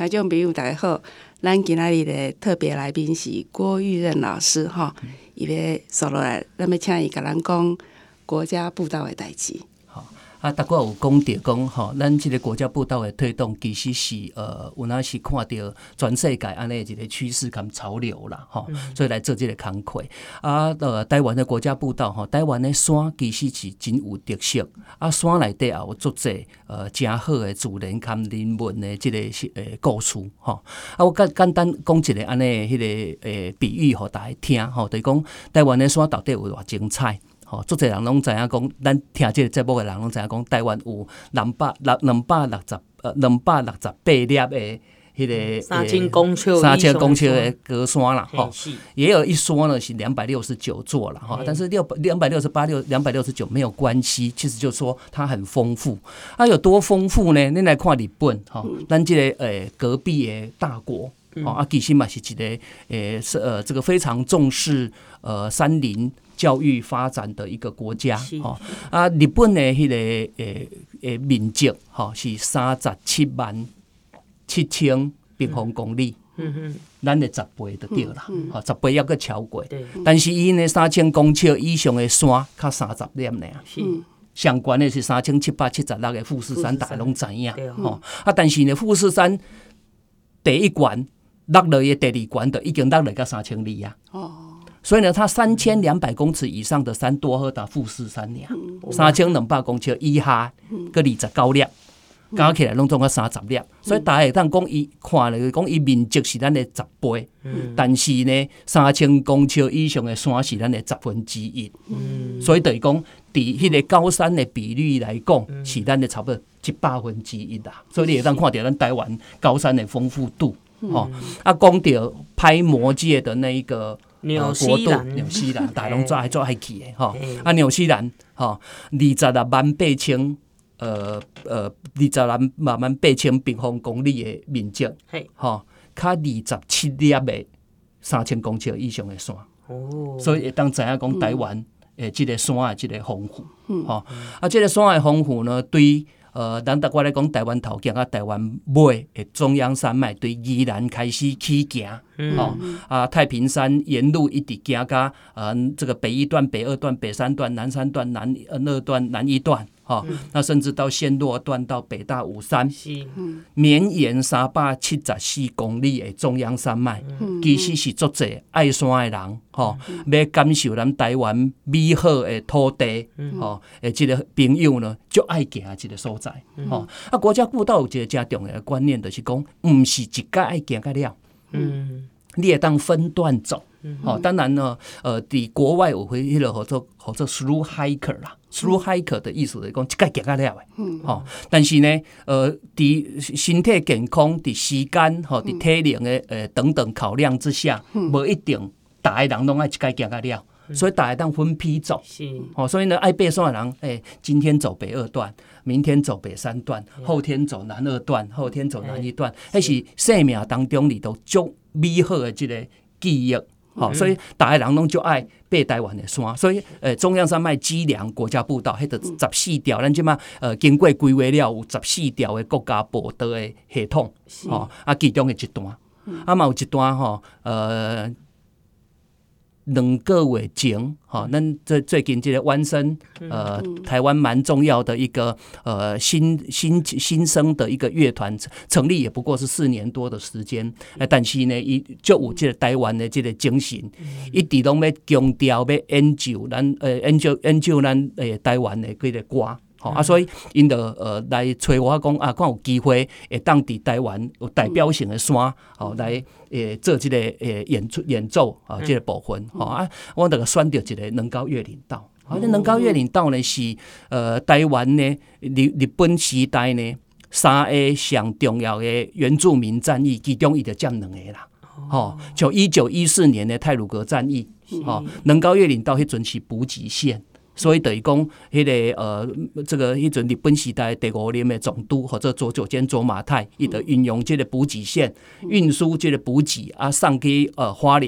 听众朋友大家好，咱今仔日的特别来宾是郭玉任老师哈，伊要说落来，咱要请伊甲咱讲国家步道的代志。 大家有讲到讲吼，咱这个国家步道的推动，其实是有哪是看到全世界安尼一个趋势跟潮流啦吼，所以来做这个工课。台湾的国家步道吼，台湾的山其实是真有特色，山内底也有足济真好的自然跟人文的这个故事吼。我简单讲一个安尼迄个比喻互大家听吼，就是讲台湾的山到底有偌精彩。足侪人拢知影讲，咱听这个节目的人拢知影讲，台湾有268粒的迄个 3000公尺的高山啦，也有一说呢是269座啦，但是268、269没有关系，其实就是说它很丰富。它有多丰富呢？恁来看日本，咱这个隔壁的大国，其实嘛是一个这个非常重视山林教育发展的一个国家，日本的迄个面积是377000平方公里，咱的10倍就对啦，10倍还阁超过。但是伊呢3000公尺以上的山，较30粒呢，上悬的是3776个富士山，大家拢知影。但是呢，富士山第一关落落的第二关就已经落落到3200啊。所以呢，它3200公尺以上的山多好达富士山呀，3200公尺以下个29粒，加起来拢总共30粒。所以大家会当讲伊看了讲伊面积是咱的10倍，但是呢，3000公尺以上的山是咱的1/10。所以等于讲，伫迄个高山的比率来讲，是咱的差不多1/100啦。所以你会当看到咱台湾高山的丰富度。讲到拍魔界的那一个。 纽西兰，大家拢做爱去的吼。纽西兰268000平方公里的面积，吼，较27粒的3000公尺以上的山。所以会当知影讲台湾这个山的这个丰富，这个山的丰富呢，对。咱大家来讲台湾头前台湾尾的中央山脉，对宜兰开始起行，太平山沿路一直行到这个北1段、北2段、北3段、南3段、南2段、南1段，那甚至到线路段到北大武山，绵延374公里的中央山脉，其实是足侪爱山的人，要感受咱台湾美好的土地，这个朋友呢，就爱行这个所在。国家步道有一个真重要的观念，就是讲，不是一届爱行到了，你会当分段走。当然呢，在国外有迄个叫做 through hiker 啦。through hiker 的意思就是讲，一届行到了的。但是呢，在身体健康、在时间、在体能的等等考量之下，无一定大家人拢爱一届行到了。所以大家当分批走，所以呢，爱爬山的人，今天走北2段，明天走北3段，后天走南2段，后天走南1段，那是生命当中里头足美好的这个记忆。所以大家人拢就爱爬台湾的山，所以中央山脉脊梁国家步道，迄个14条，咱即马经过规划了有14条的国家步道的系统，其中的一段，嘛有一段2个月前，咱最近这个湾生，台湾蛮重要的一个新生的一个乐团成立，也不过是4年多的时间，但是呢，伊就有这个台湾的这个精神，一直拢要强调要研究咱台湾的这个歌。所以因就来找我讲看有机会会当伫台湾有代表性的山来做这个演奏这个部分我就选到一个能高越岭道。能高越岭道呢是台湾呢日本时代呢3个上重要的原住民战役，其中伊就占2个啦。就1914年的太鲁阁战役，能高越岭道迄阵是补给线。所以等于讲，迄个这个迄阵日本时代第5任的总督或者佐久间卓马太，伊就运用这个补给线运输这个补给送去花莲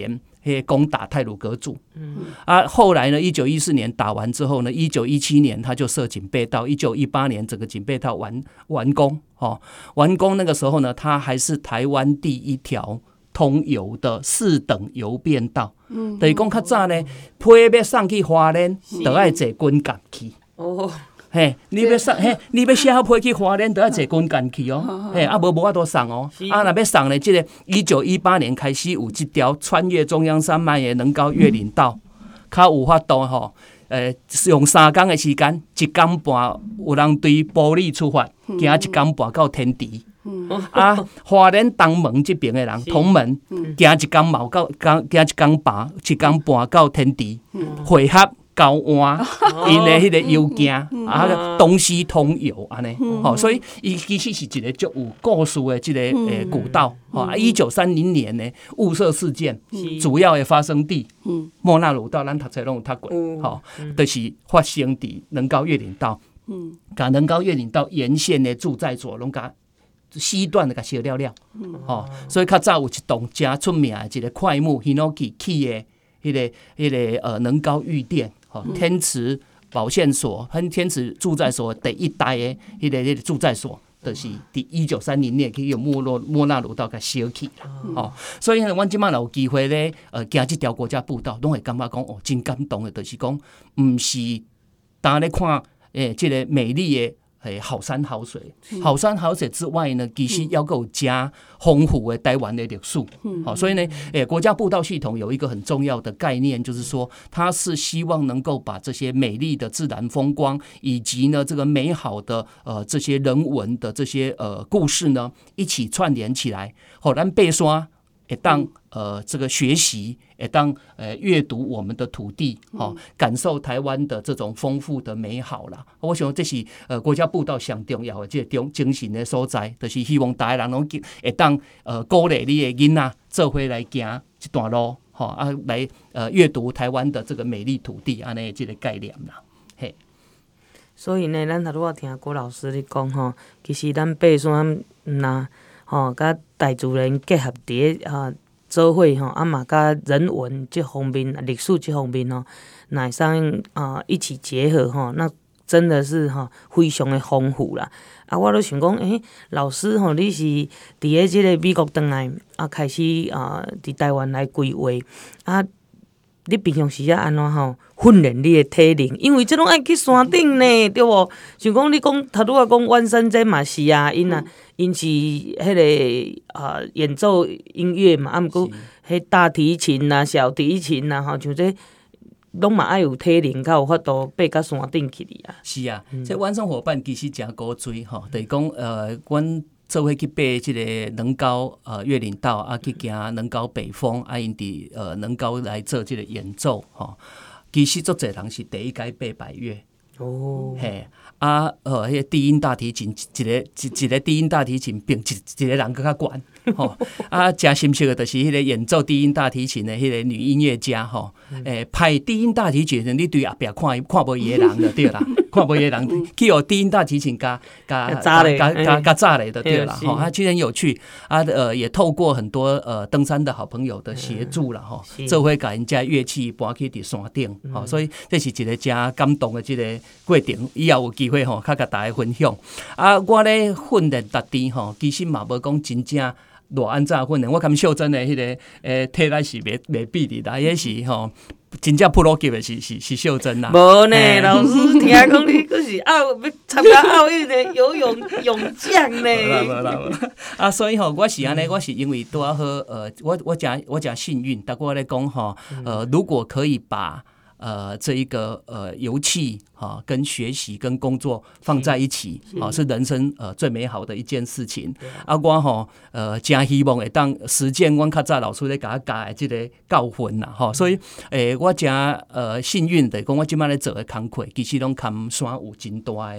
攻打太鲁阁主。后来呢，1914年打完之后呢，1917年他就设警备道，1918年整个警备道完工。完工那个时候呢，它还是台湾第一条通邮的4等邮便道。等于讲较早呢，批要送去花莲，就要坐军舰去。嘿，你要送你要写好批去花莲，都要坐军舰去哦。嘿，无法度送哦。若要送呢，这个1918年开始有这条穿越中央山脉的能高越岭道，较有法度吼。用3天的时间，1天半有人对埔里出发，行1天半到天池。花莲东门这边的人，同门行1天嘛到行1天半，1天半到天池，会合交换因的迄个邮件，东西通邮安尼。所以伊其实是一个足有故事的这个古道。1930年呢，雾社事件主要的发生地，莫那鲁道，咱读册拢有读过，就是发生地能高越岭道。甲能高越岭道沿线的住宅所拢甲西段的甲烧了了。所以较早有一栋真出名的一个快木 Hinoki 起的迄个能高御殿。天池保健所和天池住宅所第一代的迄个住宅所，就是伫1930年去用莫那鲁道甲烧起啦。所以呢，阮即摆有机会咧，行这条国家步道，拢会感觉讲真感动的，就是讲，毋是单咧看这个美丽的。好山好水，好山好水之外呢，其实要够加丰富的台湾的历史。所以呢，国家步道系统有一个很重要的概念，就是说，它是希望能够把这些美丽的自然风光，以及呢这个美好的这些人文的这些故事呢，一起串联起来，好咱爬山会当这个学习，会当阅读我们的土地，感受台湾的这种丰富的美好啦。我想这是国家步道上重要的这个精神的所在，就是希望大家人拢会当鼓励你的囡仔做伙来行这段路，来阅读台湾的这个美丽土地安尼这个概念啦。嘿， 所以呢，咱头拄仔听郭老师咧讲吼，其实咱爬山那。甲大自然结合伫做伙嘛甲人文这方面、历史这方面那会使一起结合那真的是非常的丰富啦。我都想讲，老师你是伫咧即个美国转来开始伫台湾来规划你平常时安怎训练你的体能？因为这拢爱去山顶呢，对无？像讲你讲头拄仔讲万圣节嘛是啊，因是迄个演奏音乐嘛，毋过迄大提琴啦、小提琴啦，像这拢嘛爱有体能，才有法度爬到山顶去哩啊。 是啊，这晚上伙伴其实真鼓吹就是讲阮。做伙去爬这个能高越岭道去行能高北峰因伫能高来做这个演奏其实足侪人是第一届爬百岳。嘿迄个低音大提琴一个低音大提琴并一个人更较悬真深刻的就是迄个演奏低音大提琴的迄个女音乐家拍低音大提琴你对后壁看无伊的人就对啦。看不伊人去学低音大提琴加炸雷的对啦，其实很有趣也透过很多登山的好朋友的协助啦做伙把人家乐器搬去伫山顶所以这是一个真感动的这个过程。以后有机会较甲大家分享我咧训练逐天其实嘛无讲真正偌安怎训练，我感秀珍的迄个体力是袂比哩啦，也是真正 pro 级的是秀珍啦。 无呢，老师听讲你佫是要参加奥运的游泳泳将呢。 所以我是安尼，我是因为拄好我真幸运，大家咧讲如果可以把这一个游憩跟学习跟工作放在一起是人生最美好的一件事情。我真希望会当实践阮较早老师咧甲我教的这个教训啦所以我真幸运的讲我即摆咧做的工课其实拢跟山有真大的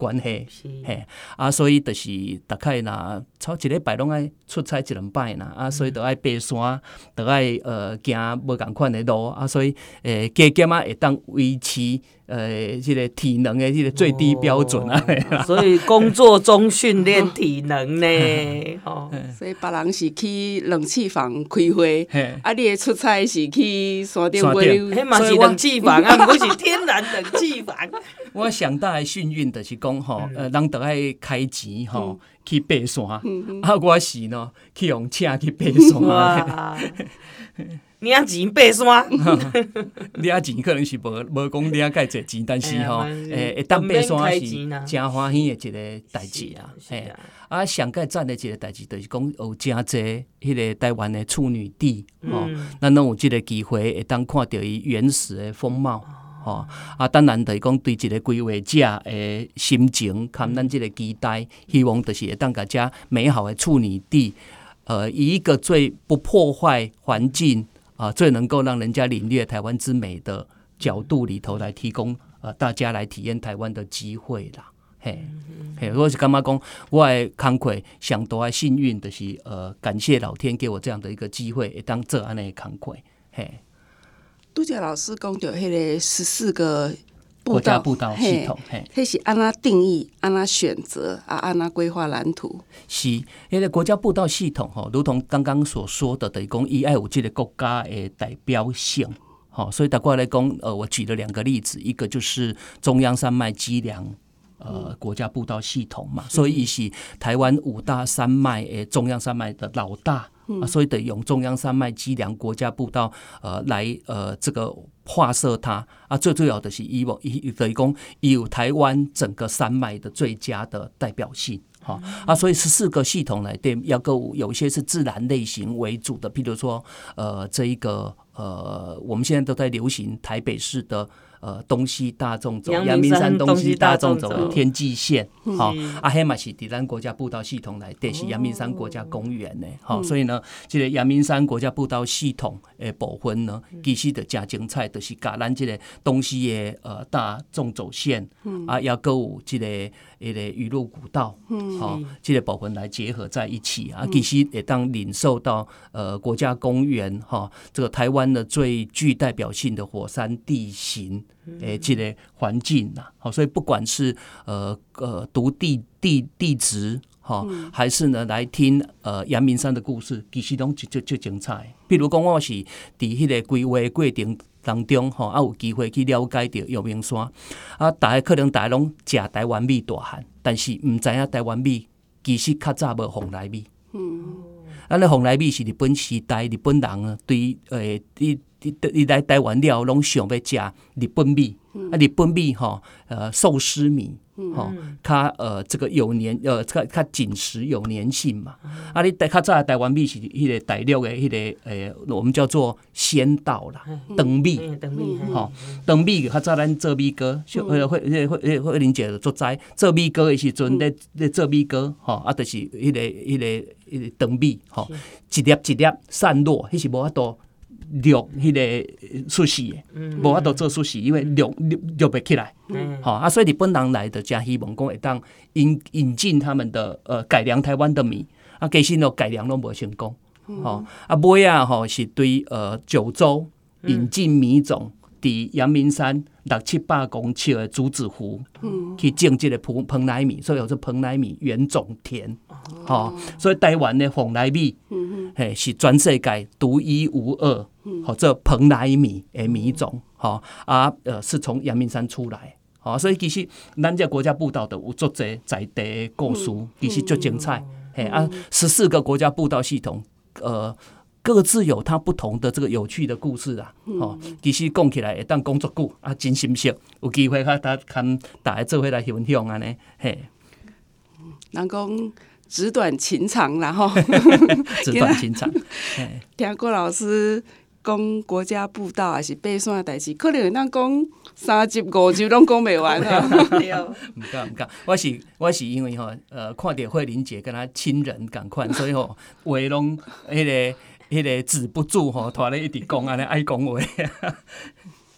关系，嘿所以就是大概若超一礼拜拢爱出差1-2摆啦，所以就爱爬山，就爱行无共款的路所以加减会当维持这个体能的这个最低标准所以工作中训练体能呢所以别人是去冷气房开会，你的出差是去山顶买， 迄嘛是冷气房不是天然冷气房。 我上大的幸运就是讲人就爱开钱去爬山，我是呢去用车去爬山。 领钱爬山， 领钱可能是无讲领介济钱，但是会当爬山是真欢喜的一个代志上介赞的一个代志，就是讲有真侪迄个台湾的处女地咱拢有即个机会会当看到伊原始的风貌。当然就是讲对一个规划者的心情，看咱即个期待，希望就是会当甲遮美好的处女地，以一个最不破坏环境最能够让人家领略台湾之美的角度里头来提供大家来体验台湾的机会啦。我是感觉讲我的慷慨上大的幸运就是感谢老天给我这样的一个机会，会当做安尼的慷慨。 拄则老师讲到迄个14个国家步道系统， 迄是安怎定义、安怎选择安怎规划蓝图？ 是迄个国家步道系统如同刚刚所说的，等于讲伊爱有这个国家的代表性。所以大概来讲，我举了2个例子，一个就是中央山脉脊梁国家步道系统嘛，所以伊是台湾5大山脉的中央山脉的老大。所以得用中央山脉脊梁国家步道来这个划设它最重要的是伊等于讲伊有台湾整个山脉的最佳的代表性。所以14个系统来对，有一些是自然类型为主的，譬如说这一个我们现在都在流行台北市的东西大纵走，阳明山东西大纵走的天际线，迄嘛是伫咱国家步道系统内底是阳明山国家公园的，所以呢，这个阳明山国家步道系统的部分呢，其实就真精彩，就是甲咱这个东西的大纵走线，也搁有这个雨露古道，这个部分来结合在一起其实会当领受到国家公园这个台湾的最具代表性的火山地形。这个环境所以不管是读地质还是呢来听阳明山的故事，其实拢就精彩。比如讲，我是伫迄个规划过程当中有机会去了解到阳明山大家可能大家拢食台湾米大汉，但是唔知影台湾米其实较早无蓬莱米。咱的蓬莱米是日本时代日本人对你来台湾了拢想要食日本米日本米寿司米较这个有年较紧实有粘性嘛你较早的台湾米是迄个大陆的迄个我们叫做仙稻啦长米长米较早咱做米糕慧玲姐做知做米糕的时阵咧做米糕就是迄个长米一粒一粒散落，迄是无法度录迄个寿司的，无法度做寿司，因为录不起来。所以日本人来的真希望讲会当引进他们的改良台湾的米，其实改良拢无成功。尾是对九州引进米种，伫阳明山600-700公尺的竹子湖去种这个蓬莱米，所以有做蓬莱米原种田。所以台湾的蓬莱米是全世界独一无二，这蓬莱米的米种，是从阳明山出来。所以其实咱这国家步道的有足侪在地的故事，其实足精彩。14个国家步道系统，各自有它不同的这个有趣的故事啦。其实讲起来会当讲足久真心实，有机会跟大家做伙来分享安尼。 人讲纸短情长啦纸短情长。 听郭老师讲国家步道还是爬山的代志，可能会当讲3集5集拢讲袂完唔敢，我是因为看到慧玲姐跟她亲人同款，所以话拢迄个止不住拖咧一直讲安尼爱讲话。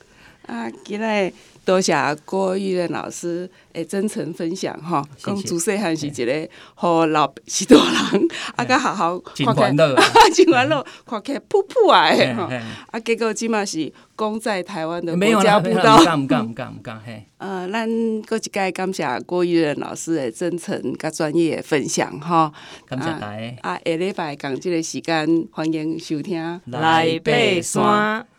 今日多谢郭玉任老师的真诚分享吼，讲自细汉是一个互老许多人甲学校真烦恼， 真烦恼，看起来噗噗的吼，结果即马是讲在台湾的国家步道， 唔敢嘿。 咱搁一届感谢郭玉任老师的真诚甲专业的分享吼， 感谢大家。 下礼拜共即个时间，欢迎收听来爬山。